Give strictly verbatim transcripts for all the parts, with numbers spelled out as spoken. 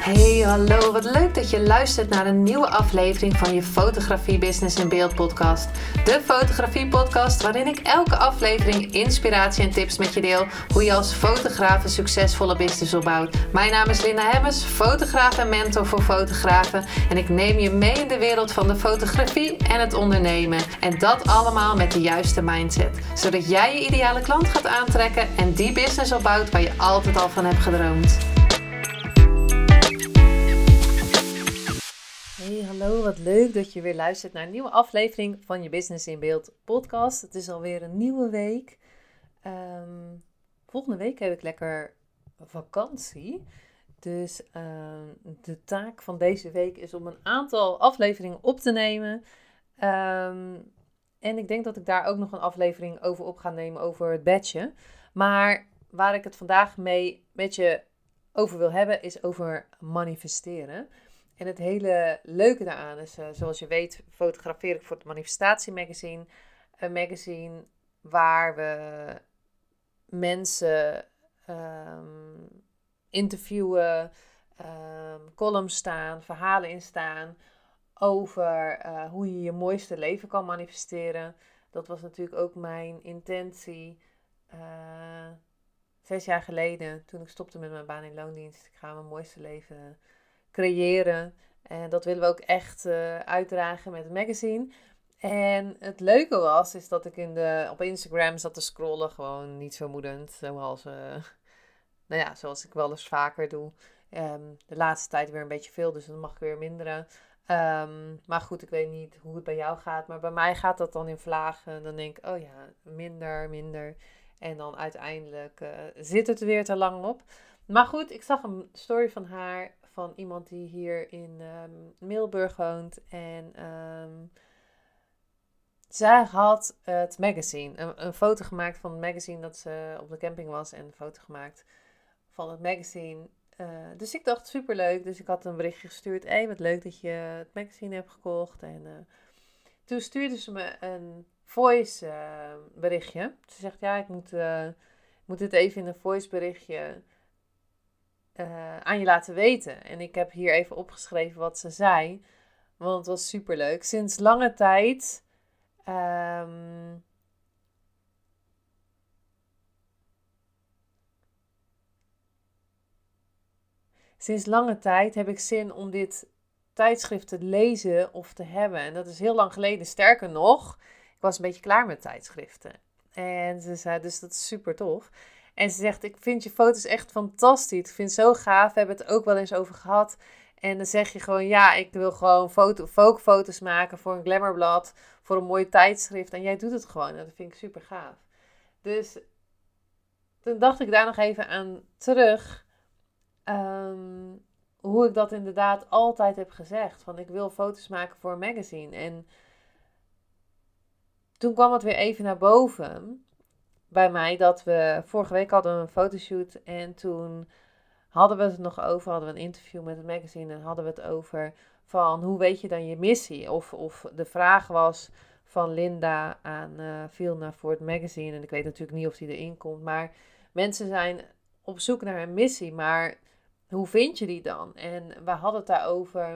Hey, hallo, wat leuk dat je luistert naar een nieuwe aflevering van je Fotografie Business in Beeld podcast. De fotografie podcast waarin ik elke aflevering inspiratie en tips met je deel hoe je als fotograaf een succesvolle business opbouwt. Mijn naam is Linda Hemmers, fotograaf en mentor voor fotografen en ik neem je mee in de wereld van de fotografie en het ondernemen. En dat allemaal met de juiste mindset, zodat jij je ideale klant gaat aantrekken en die business opbouwt waar je altijd al van hebt gedroomd. Hey, hallo, wat leuk dat je weer luistert naar een nieuwe aflevering van je Business in Beeld podcast. Het is alweer een nieuwe week. Um, volgende week heb ik lekker vakantie. Dus uh, de taak van deze week is om een aantal afleveringen op te nemen. Um, en ik denk dat ik daar ook nog een aflevering over op ga nemen over het badge. Maar waar ik het vandaag mee met je over wil hebben is over manifesteren. En het hele leuke daaraan is, uh, zoals je weet, fotografeer ik voor het Manifestatie Magazine. Een magazine waar we mensen um, interviewen, um, columns staan, verhalen in staan over uh, hoe je je mooiste leven kan manifesteren. Dat was natuurlijk ook mijn intentie uh, zes jaar geleden toen ik stopte met mijn baan in loondienst. Ik ga mijn mooiste leven creëren. En dat willen we ook echt uh, uitdragen met het magazine. En het leuke was, is dat ik in de, op Instagram zat te scrollen. Gewoon niet vermoedend. Zoals, uh, nou ja, zoals ik wel eens vaker doe. Um, de laatste tijd weer een beetje veel, dus dan mag ik weer minderen. Um, maar goed, ik weet niet hoe het bij jou gaat. Maar bij mij gaat dat dan in vlagen. Dan denk ik, oh ja, minder, minder. En dan uiteindelijk uh, zit het er weer te lang op. Maar goed, ik zag een story van haar, van iemand die hier in um, Middelburg woont. En um, zij had het magazine, een, een foto gemaakt van het magazine dat ze op de camping was. En een foto gemaakt van het magazine. Uh, dus ik dacht, superleuk. Dus ik had een berichtje gestuurd. Hé, hey, wat leuk dat je het magazine hebt gekocht. En uh, toen stuurde ze me een voice uh, berichtje. Ze zegt, ja, ik moet, uh, ik moet dit even in een voice berichtje Uh, aan je laten weten. En ik heb hier even opgeschreven wat ze zei. Want het was superleuk. Sinds lange tijd Um, sinds lange tijd heb ik zin om dit tijdschrift te lezen of te hebben. En dat is heel lang geleden. Sterker nog, ik was een beetje klaar met tijdschriften. En ze zei, dus dat is super tof. En ze zegt, ik vind je foto's echt fantastisch. Ik vind het zo gaaf. We hebben het ook wel eens over gehad. En dan zeg je gewoon, ja, ik wil gewoon foto, folkfoto's maken voor een glamourblad. Voor een mooi tijdschrift. En jij doet het gewoon. En dat vind ik super gaaf. Dus toen dacht ik daar nog even aan terug. Um, hoe ik dat inderdaad altijd heb gezegd. Van ik wil foto's maken voor een magazine. En toen kwam het weer even naar boven bij mij dat we vorige week hadden een fotoshoot en toen hadden we het nog over, hadden we een interview met het magazine en hadden we het over van hoe weet je dan je missie? Of, of de vraag was van Linda aan uh, Vilna voor het magazine en ik weet natuurlijk niet of die erin komt, maar mensen zijn op zoek naar een missie, maar hoe vind je die dan? En we hadden het daarover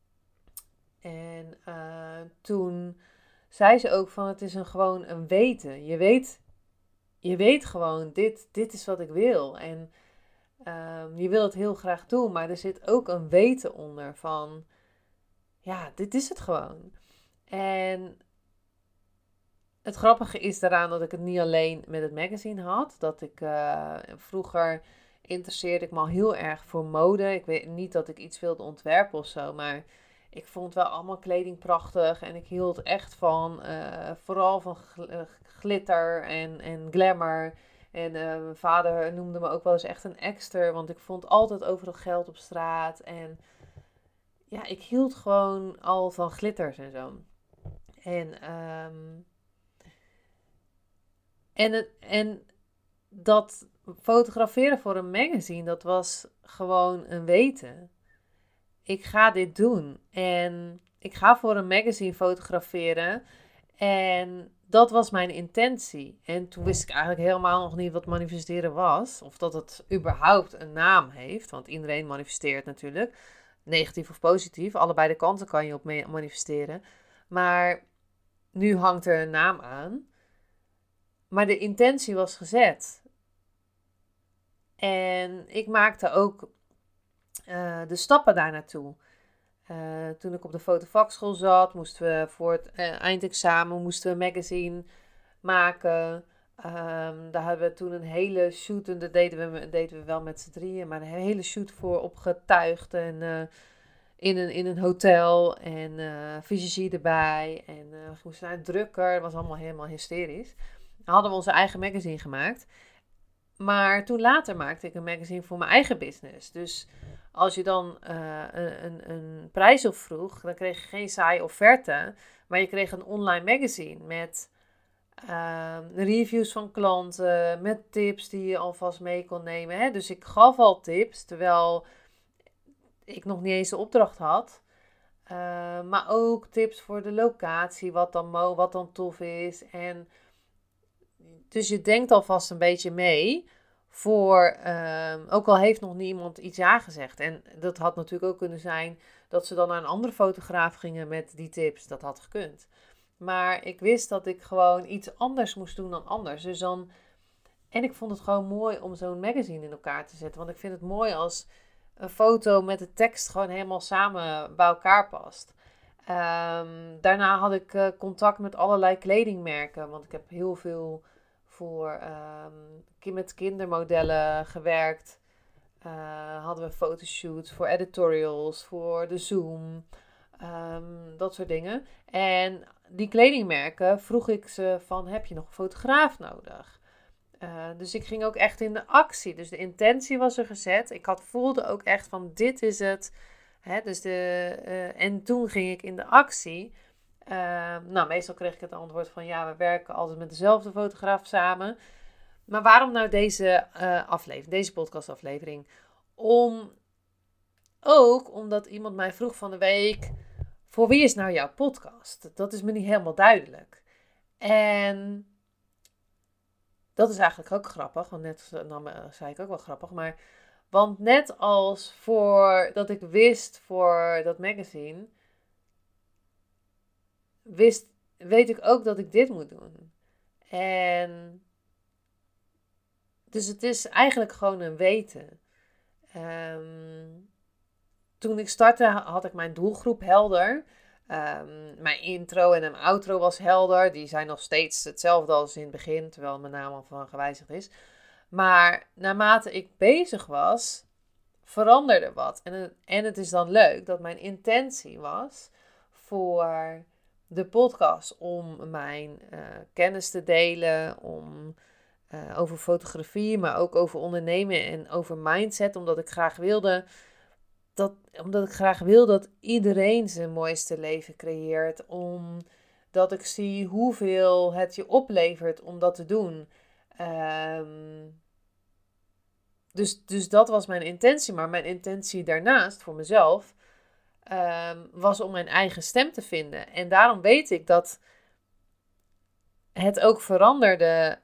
en uh, toen zei ze ook van het is een, gewoon een weten. Je weet Je weet gewoon, dit, dit is wat ik wil. En um, je wil het heel graag doen, maar er zit ook een weten onder van, ja, dit is het gewoon. En het grappige is daaraan dat ik het niet alleen met het magazine had. Dat ik uh, vroeger interesseerde ik me al heel erg voor mode. Ik weet niet dat ik iets wilde ontwerpen of zo, maar ik vond wel allemaal kleding prachtig. En ik hield echt van, uh, vooral van glitter en, en glamour. En uh, mijn vader noemde me ook wel eens echt een ekster. Want ik vond altijd overal geld op straat. En ja, ik hield gewoon al van glitters en zo. En, um, en, het, en dat fotograferen voor een magazine, dat was gewoon een weten. Ik ga dit doen. En ik ga voor een magazine fotograferen. En dat was mijn intentie. En toen wist ik eigenlijk helemaal nog niet wat manifesteren was. Of dat het überhaupt een naam heeft. Want iedereen manifesteert natuurlijk. Negatief of positief. Allebei de kanten kan je op manifesteren. Maar nu hangt er een naam aan. Maar de intentie was gezet. En ik maakte ook uh, de stappen daar naartoe. Uh, toen ik op de fotovakschool zat, moesten we voor het uh, eindexamen moesten we een magazine maken. Um, daar hadden we toen een hele shoot, en dat deden we, deden we wel met z'n drieën, maar een hele shoot voor opgetuigd. En uh, in, een, in een hotel en uh, visagie erbij. En uh, we moesten naar een drukker, dat was allemaal helemaal hysterisch. Dan hadden we onze eigen magazine gemaakt. Maar toen later maakte ik een magazine voor mijn eigen business. Dus als je dan uh, een, een, een prijs opvroeg, dan kreeg je geen saaie offerte. Maar je kreeg een online magazine met uh, reviews van klanten, met tips die je alvast mee kon nemen. Hè? Dus ik gaf al tips, terwijl ik nog niet eens de opdracht had. Uh, maar ook tips voor de locatie, wat dan, mo- wat dan tof is. En dus je denkt alvast een beetje mee. Voor, um, ook al heeft nog niemand iets ja gezegd. En dat had natuurlijk ook kunnen zijn dat ze dan naar een andere fotograaf gingen met die tips. Dat had gekund. Maar ik wist dat ik gewoon iets anders moest doen dan anders. Dus dan, en ik vond het gewoon mooi om zo'n magazine in elkaar te zetten. Want ik vind het mooi als een foto met de tekst gewoon helemaal samen bij elkaar past. Um, daarna had ik uh, contact met allerlei kledingmerken. Want ik heb heel veel voor um, met kindermodellen gewerkt. Uh, hadden we fotoshoots voor editorials, voor de Zoom. Um, dat soort dingen. En die kledingmerken vroeg ik ze van, heb je nog een fotograaf nodig? Uh, dus ik ging ook echt in de actie. Dus de intentie was er gezet. Ik had, voelde ook echt van, dit is het. Hè, dus de, uh, en toen ging ik in de actie. Uh, nou, meestal kreeg ik het antwoord van, ja, we werken altijd met dezelfde fotograaf samen. Maar waarom nou deze uh, aflevering, deze podcastaflevering? Om, ook omdat iemand mij vroeg van de week, voor wie is nou jouw podcast? Dat is me niet helemaal duidelijk. En dat is eigenlijk ook grappig, want net nou, zei ik ook wel grappig, maar want net als voor dat ik wist voor dat magazine, wist, weet ik ook dat ik dit moet doen. En dus het is eigenlijk gewoon een weten. Um, toen ik startte had ik mijn doelgroep helder. Um, mijn intro en mijn outro was helder. Die zijn nog steeds hetzelfde als in het begin, terwijl mijn naam al van gewijzigd is. Maar naarmate ik bezig was, veranderde wat. En het, en het is dan leuk dat mijn intentie was voor de podcast om mijn uh, kennis te delen, om uh, over fotografie, maar ook over ondernemen en over mindset, omdat ik graag wilde dat, omdat ik graag wil dat iedereen zijn mooiste leven creëert, omdat ik zie hoeveel het je oplevert om dat te doen. Um, dus, dus dat was mijn intentie, maar mijn intentie daarnaast voor mezelf um, was om mijn eigen stem te vinden. En daarom weet ik dat het ook veranderde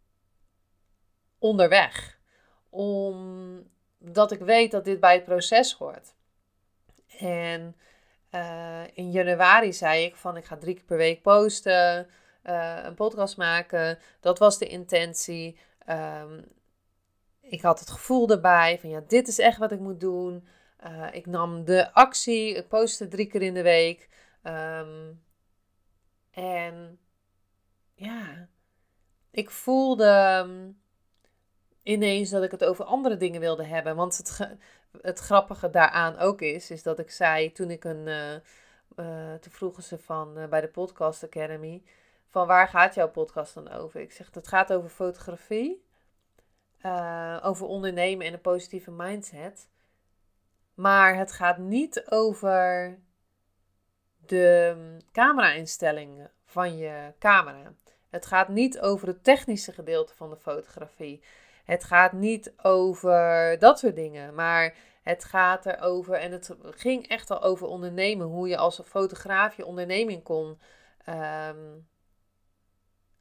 onderweg. Omdat ik weet dat dit bij het proces hoort. En uh, in januari zei ik van ik ga drie keer per week posten, uh, een podcast maken. Dat was de intentie. Um, ik had het gevoel erbij van ja, dit is echt wat ik moet doen. Uh, ik nam de actie, ik postte drie keer in de week. Um, en ja, ik voelde um, ineens dat ik het over andere dingen wilde hebben. Want het, ge- het grappige daaraan ook is, is dat ik zei toen ik een, uh, uh, toen vroegen ze van uh, bij de Podcast Academy, van waar gaat jouw podcast dan over? Ik zeg, het gaat over fotografie, uh, over ondernemen en een positieve mindset. Maar het gaat niet over de camera-instellingen van je camera. Het gaat niet over het technische gedeelte van de fotografie. Het gaat niet over dat soort dingen, maar het gaat erover, en het ging echt al over ondernemen, hoe je als fotograaf je onderneming kon, um,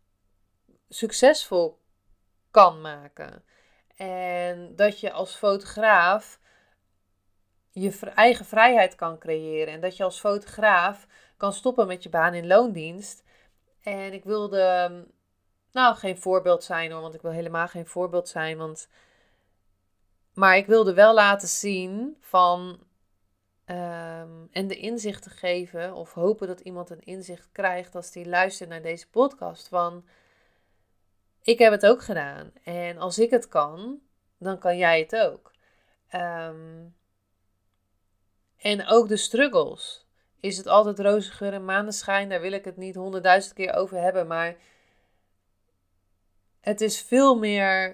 succesvol kan maken. En dat je als fotograaf je eigen vrijheid kan creëren. En dat je als fotograaf kan stoppen met je baan in loondienst. En ik wilde, nou, geen voorbeeld zijn hoor, want ik wil helemaal geen voorbeeld zijn. Want, maar ik wilde wel laten zien van, um, en de inzichten geven, of hopen dat iemand een inzicht krijgt als die luistert naar deze podcast. Van, ik heb het ook gedaan. En als ik het kan, dan kan jij het ook. Um, en ook de struggles. Is het altijd roze geur en maneschijn? Daar wil ik het niet honderdduizend keer over hebben. Maar het is veel meer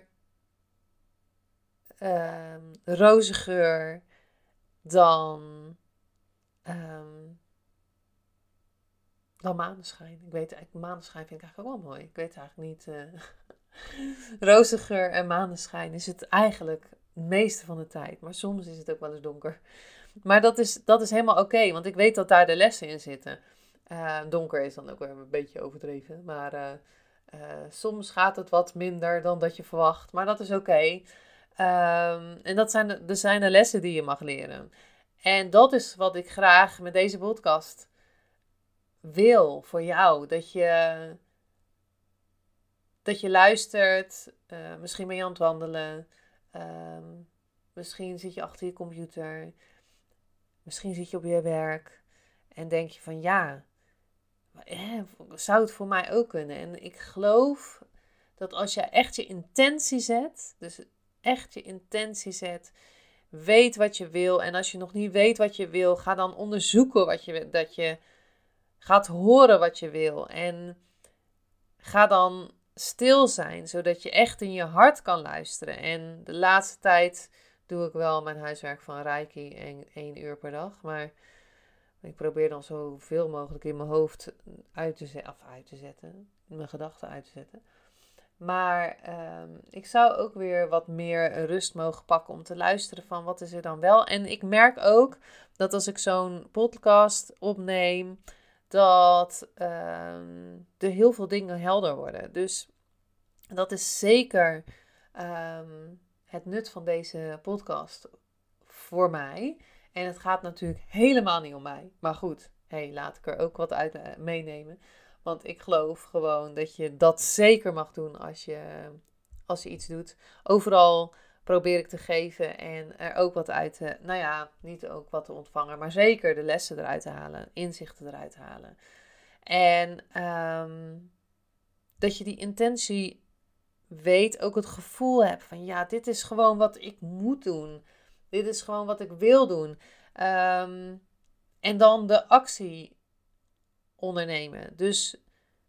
um, roze geur dan, um, dan maneschijn. Ik weet eigenlijk, maneschijn vind ik eigenlijk ook wel mooi. Ik weet eigenlijk niet. Uh, roze geur en maneschijn is het eigenlijk het meeste van de tijd. Maar soms is het ook wel eens donker. Maar dat is, dat is helemaal oké, okay, want ik weet dat daar de lessen in zitten. Uh, donker is dan ook weer een beetje overdreven. Maar uh, uh, soms gaat het wat minder dan dat je verwacht. Maar dat is oké. Okay. Um, en dat zijn de, de zijn de lessen die je mag leren. En dat is wat ik graag met deze podcast wil voor jou. Dat je, dat je luistert. Uh, misschien ben je aan het wandelen. Um, misschien zit je achter je computer. Misschien zit je op je werk en denk je van ja, eh, zou het voor mij ook kunnen? En ik geloof dat als je echt je intentie zet, dus echt je intentie zet, weet wat je wil. En als je nog niet weet wat je wil, ga dan onderzoeken wat je, dat je gaat horen wat je wil. En ga dan stil zijn, zodat je echt in je hart kan luisteren. En de laatste tijd doe ik wel mijn huiswerk van Reiki en één uur per dag. Maar ik probeer dan zoveel mogelijk in mijn hoofd uit te, zet, of uit te zetten. Mijn gedachten uit te zetten. Maar um, ik zou ook weer wat meer rust mogen pakken om te luisteren van wat is er dan wel. En ik merk ook dat als ik zo'n podcast opneem, dat um, er heel veel dingen helder worden. Dus dat is zeker um, het nut van deze podcast voor mij. En het gaat natuurlijk helemaal niet om mij. Maar goed, hey, laat ik er ook wat uit uh, meenemen. Want ik geloof gewoon dat je dat zeker mag doen als je, als je iets doet. Overal probeer ik te geven en er ook wat uit te... Nou ja, niet ook wat te ontvangen, maar zeker de lessen eruit te halen. Inzichten eruit te halen. En um, dat je die intentie weet, ook het gevoel hebt van ja, dit is gewoon wat ik moet doen. Dit is gewoon wat ik wil doen. Um, en dan de actie ondernemen. Dus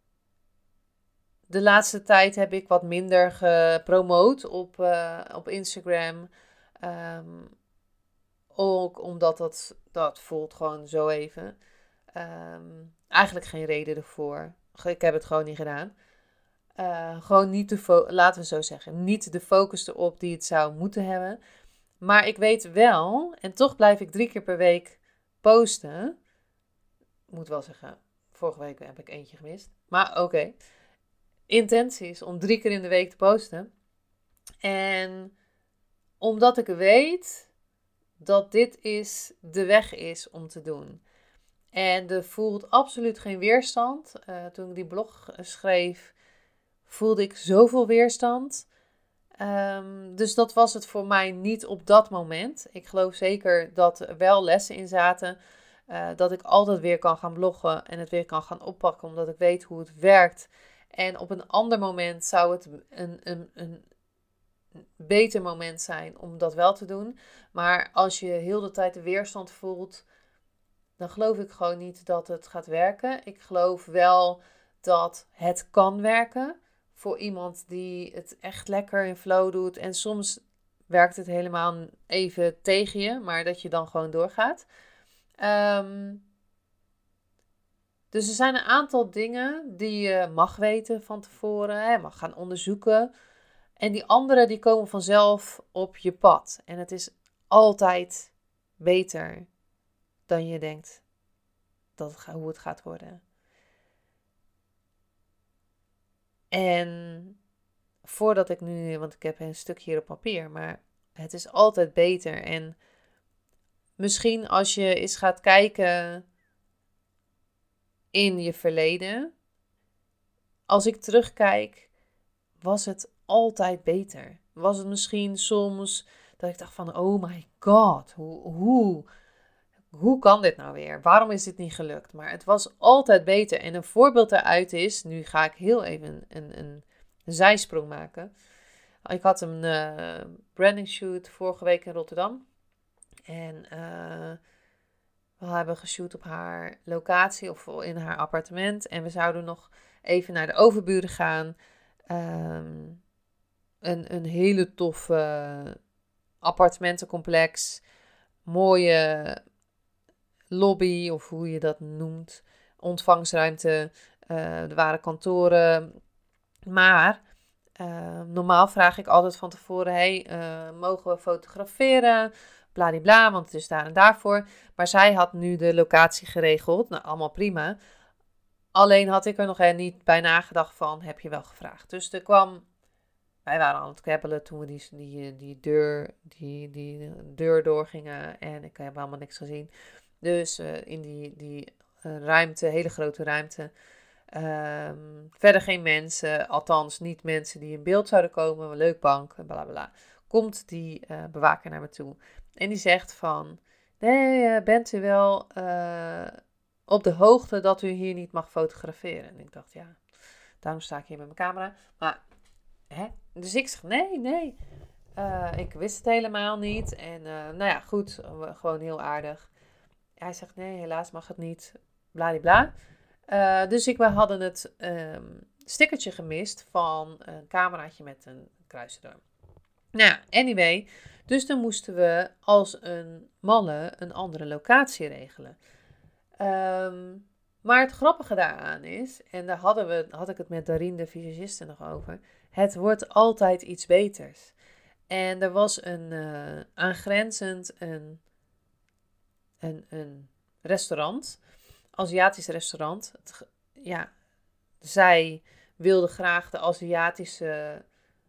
de laatste tijd heb ik wat minder gepromoot op, uh, op Instagram. Um, ook omdat dat, dat voelt gewoon zo even. Um, eigenlijk geen reden ervoor. Ik heb het gewoon niet gedaan. Uh, gewoon niet de fo- laten we zo zeggen, niet de focus erop die het zou moeten hebben. Maar ik weet wel, en toch blijf ik drie keer per week posten. Ik moet wel zeggen, vorige week heb ik eentje gemist. Maar oké. Okay. Intentie is om drie keer in de week te posten. En omdat ik weet dat dit is de weg is om te doen. En er voelt absoluut geen weerstand. Uh, toen ik die blog schreef, voelde ik zoveel weerstand. Um, dus dat was het voor mij niet op dat moment. Ik geloof zeker dat er wel lessen in zaten. Uh, dat ik altijd weer kan gaan bloggen en het weer kan gaan oppakken. Omdat ik weet hoe het werkt. En op een ander moment zou het een, een, een beter moment zijn om dat wel te doen. Maar als je heel de tijd de weerstand voelt, dan geloof ik gewoon niet dat het gaat werken. Ik geloof wel dat het kan werken voor iemand die het echt lekker in flow doet. En soms werkt het helemaal even tegen je, maar dat je dan gewoon doorgaat. Um, dus er zijn een aantal dingen die je mag weten van tevoren, hè, mag gaan onderzoeken. En die andere die komen vanzelf op je pad. En het is altijd beter dan je denkt dat het, hoe het gaat worden. En voordat ik nu, want ik heb een stukje hier op papier, maar het is altijd beter. En misschien als je eens gaat kijken in je verleden, als ik terugkijk, was het altijd beter. Was het misschien soms dat ik dacht van, oh my god, hoe, hoe, hoe kan dit nou weer? Waarom is dit niet gelukt? Maar het was altijd beter. En een voorbeeld daaruit is, nu ga ik heel even een, een, een zijsprong maken. Ik had een uh, branding shoot vorige week in Rotterdam. En uh, we hebben geshoot op haar locatie of in haar appartement. En we zouden nog even naar de overburen gaan. Um, een, een hele toffe appartementencomplex. Mooie lobby of hoe je dat noemt. Ontvangstruimte. Uh, er waren kantoren. Maar uh, normaal vraag ik altijd van tevoren. Hey, uh, mogen we fotograferen? Bladibla, want het is daar en daarvoor. Maar zij had nu de locatie geregeld. Nou, allemaal prima. Alleen had ik er nog niet bij nagedacht van, heb je wel gevraagd. Dus er kwam, wij waren aan het krabbelen toen we die, die, die, deur, die, die deur doorgingen. En ik heb helemaal niks gezien. Dus uh, in die, die uh, ruimte, hele grote ruimte. Um, verder geen mensen, althans niet mensen die in beeld zouden komen. Een leuk bank, bla bla. Komt die uh, bewaker naar me toe. En die zegt van, nee, uh, bent u wel uh, op de hoogte dat u hier niet mag fotograferen? En ik dacht, ja, daarom sta ik hier met mijn camera. Maar, hè? Dus ik zeg, nee, nee. Uh, ik wist het helemaal niet. En uh, nou ja, goed, gewoon heel aardig. Hij zegt, nee, helaas mag het niet. Bladibla. Uh, dus ik, we hadden het um, stickertje gemist van een cameraatje met een kruisje door. Nou, anyway. Dus dan moesten we als een malle een andere locatie regelen. Um, maar het grappige daaraan is, en daar hadden we, had ik het met Darien, de visagiste, nog over. Het wordt altijd iets beters. En er was een uh, aangrenzend een, een, een restaurant. Aziatisch restaurant. Het, ja, zij wilde graag de Aziatische,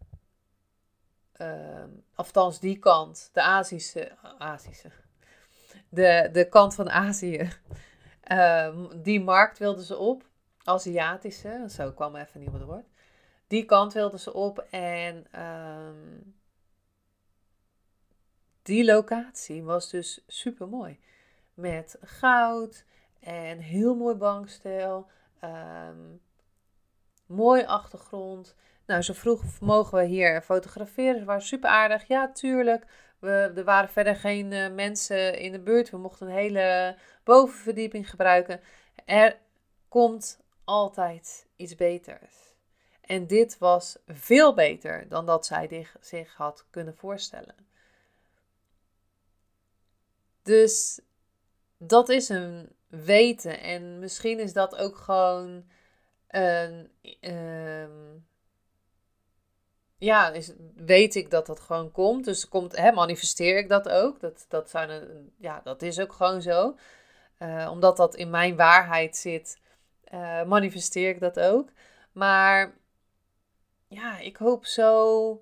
uh, althans die kant, de Azische, Azische, de, de kant van Azië, uh, die markt wilden ze op, Aziatische, zo kwam even niet op het woord. Die kant wilden ze op en um, die locatie was dus super mooi. Met goud en heel mooi bankstel. Um, mooi achtergrond. Nou, ze vroeg, mogen we hier fotograferen? Ze waren super aardig. Ja, tuurlijk. We, er waren verder geen uh, mensen in de buurt. We mochten een hele bovenverdieping gebruiken. Er komt altijd iets beters. En dit was veel beter dan dat zij zich had kunnen voorstellen. Dus dat is een weten. En misschien is dat ook gewoon een... Um, ja, is, weet ik dat dat gewoon komt. Dus komt, hè, manifesteer ik dat ook. Dat, dat, zijn een, ja, dat is ook gewoon zo. Uh, omdat dat in mijn waarheid zit, uh, manifesteer ik dat ook. Maar ja, ik hoop zo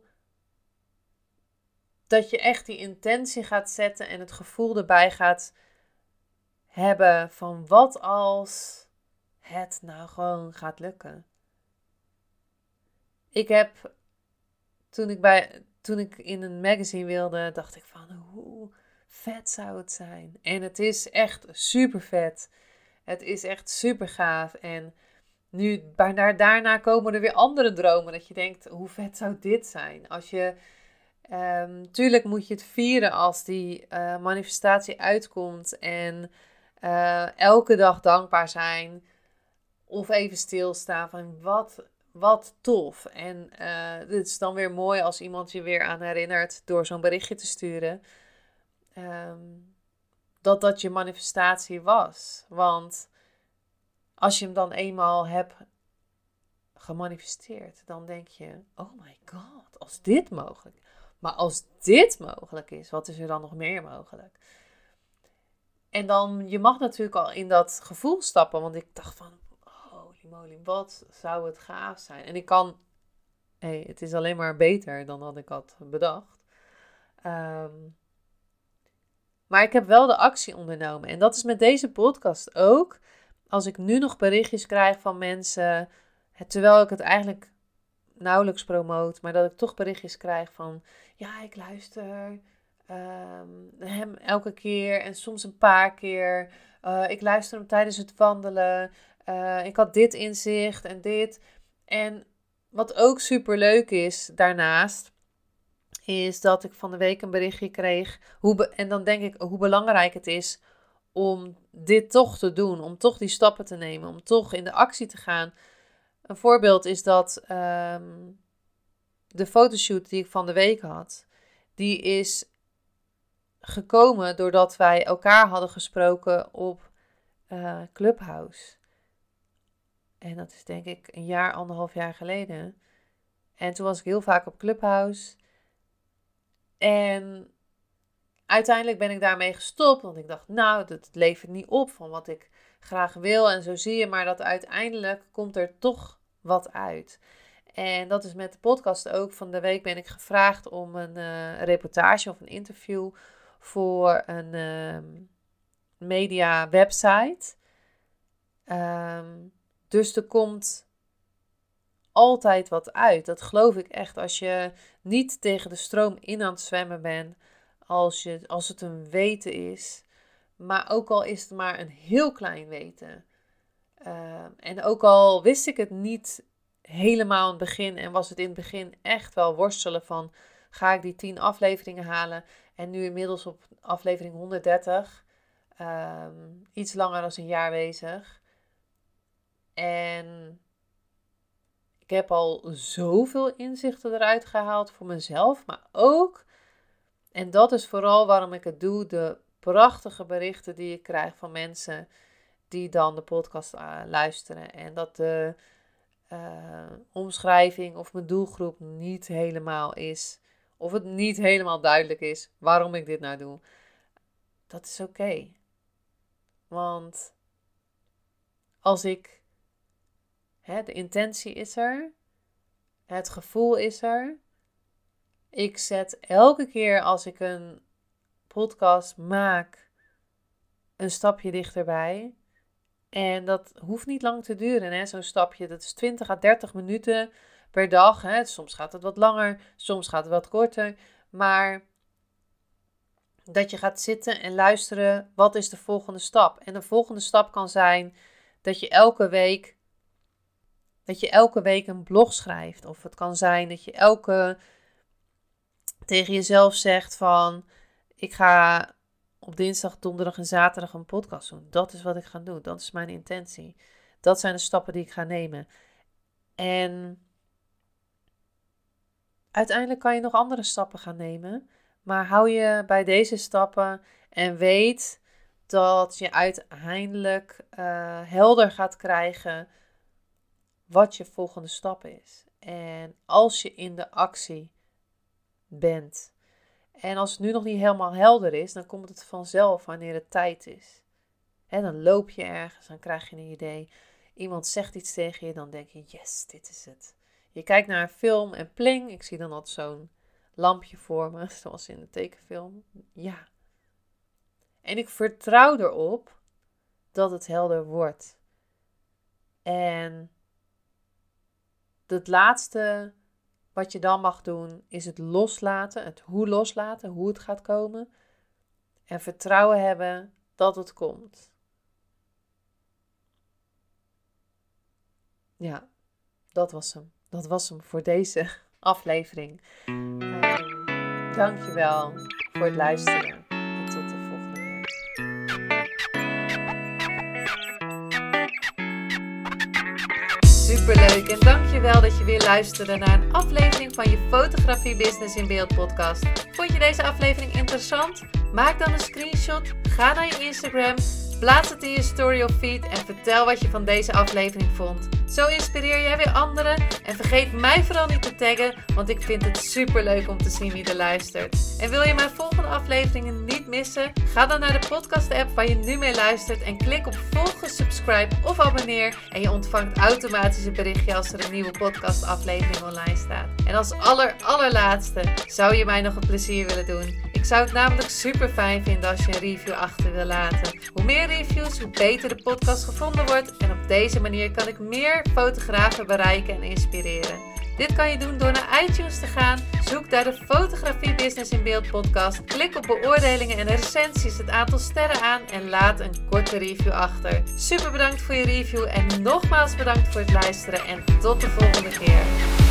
dat je echt die intentie gaat zetten en het gevoel erbij gaat hebben van wat als het nou gewoon gaat lukken. Ik heb, toen ik, bij, toen ik in een magazine wilde, dacht ik van hoe vet zou het zijn. En het is echt super vet. Het is echt super gaaf. En nu, bijna daarna komen er weer andere dromen. Dat je denkt, hoe vet zou dit zijn? Als je, um, tuurlijk moet je het vieren als die uh, manifestatie uitkomt. En uh, elke dag dankbaar zijn. Of even stilstaan van wat, wat tof. En uh, het is dan weer mooi als iemand je weer aan herinnert door zo'n berichtje te sturen. Um, dat dat je manifestatie was. Want als je hem dan eenmaal hebt gemanifesteerd, dan denk je, oh my god, als dit mogelijk. Maar als dit mogelijk is, wat is er dan nog meer mogelijk? En dan, je mag natuurlijk al in dat gevoel stappen, want ik dacht van, holy moly, wat zou het gaaf zijn. En ik kan hey, het is alleen maar beter dan wat ik had bedacht. Um, maar ik heb wel de actie ondernomen. En dat is met deze podcast ook. Als ik nu nog berichtjes krijg van mensen, terwijl ik het eigenlijk nauwelijks promoot, maar dat ik toch berichtjes krijg van, ja, ik luister um, hem elke keer en soms een paar keer. Uh, ik luister hem tijdens het wandelen. Uh, ik had dit inzicht en dit. En wat ook super leuk is daarnaast, is dat ik van de week een berichtje kreeg. Hoe be- en dan denk ik hoe belangrijk het is om dit toch te doen. Om toch die stappen te nemen. Om toch in de actie te gaan. Een voorbeeld is dat um, de fotoshoot die ik van de week had, die is gekomen doordat wij elkaar hadden gesproken op uh, Clubhouse. En dat is denk ik een jaar, anderhalf jaar geleden. En toen was ik heel vaak op Clubhouse. En uiteindelijk ben ik daarmee gestopt. Want ik dacht, nou, het levert niet op van wat ik graag wil. En zo zie je maar dat uiteindelijk komt er toch wat uit. En dat is met de podcast ook. Van de week ben ik gevraagd om een uh, reportage of een interview voor een uh, media website. Um, dus er komt altijd wat uit. Dat geloof ik echt. Als je niet tegen de stroom in aan het zwemmen bent. Als, je, als het een weten is. Maar ook al is het maar een heel klein weten. Uh, en ook al wist ik het niet helemaal in het begin. En was het in het begin echt wel worstelen van, ga ik die tien afleveringen halen? En nu inmiddels op aflevering honderddertig. Um, iets langer dan een jaar bezig. En ik heb al zoveel inzichten eruit gehaald voor mezelf. Maar ook, en dat is vooral waarom ik het doe, de prachtige berichten die ik krijg van mensen die dan de podcast uh, luisteren. En dat de uh, omschrijving of mijn doelgroep niet helemaal is. Of het niet helemaal duidelijk is waarom ik dit nou doe. Dat is oké. Okay. Want als ik, hè, de intentie is er. Het gevoel is er. Ik zet elke keer als ik een podcast maak een stapje dichterbij. En dat hoeft niet lang te duren, hè? Zo'n stapje. Dat is twintig à dertig minuten per dag. Hè? Soms gaat het wat langer, soms gaat het wat korter. Maar dat je gaat zitten en luisteren, wat is de volgende stap? En de volgende stap kan zijn dat je elke week, dat je elke week een blog schrijft. Of het kan zijn dat je elke tegen jezelf zegt van, ik ga op dinsdag, donderdag en zaterdag een podcast doen. Dat is wat ik ga doen. Dat is mijn intentie. Dat zijn de stappen die ik ga nemen. En uiteindelijk kan je nog andere stappen gaan nemen. Maar hou je bij deze stappen en weet dat je uiteindelijk uh, helder gaat krijgen wat je volgende stap is. En als je in de actie bent. En als het nu nog niet helemaal helder is, dan komt het vanzelf wanneer het tijd is. En dan loop je ergens, dan krijg je een idee. Iemand zegt iets tegen je, dan denk je, yes, dit is het. Je kijkt naar een film en pling, ik zie dan altijd zo'n lampje voor me, zoals in de tekenfilm. Ja. En ik vertrouw erop dat het helder wordt. En het laatste wat je dan mag doen, is het loslaten, het hoe loslaten, hoe het gaat komen. En vertrouwen hebben dat het komt. Ja, dat was hem. Dat was hem voor deze aflevering. Um, dankjewel voor het luisteren. En tot de volgende keer. Superleuk en dankjewel dat je weer luisterde naar een aflevering van je Fotografie Business in Beeld podcast. Vond je deze aflevering interessant? Maak dan een screenshot, ga naar je Instagram, plaats het in je story of feed en vertel wat je van deze aflevering vond. Zo inspireer jij weer anderen en vergeet mij vooral niet te taggen, want ik vind het superleuk om te zien wie er luistert. En wil je mijn volgende afleveringen niet niet missen? Ga dan naar de podcast app waar je nu mee luistert en klik op volgen, subscribe of abonneer. En je ontvangt automatisch een berichtje als er een nieuwe podcastaflevering online staat. En als aller allerlaatste zou je mij nog een plezier willen doen. Ik zou het namelijk super fijn vinden als je een review achter wil laten. Hoe meer reviews, hoe beter de podcast gevonden wordt. En op deze manier kan ik meer fotografen bereiken en inspireren. Dit kan je doen door naar iTunes te gaan. Zoek daar de Fotografie Business in Beeld podcast. Klik op beoordelingen en recensies, het aantal sterren aan en laat een korte review achter. Super bedankt voor je review en nogmaals bedankt voor het luisteren en tot de volgende keer.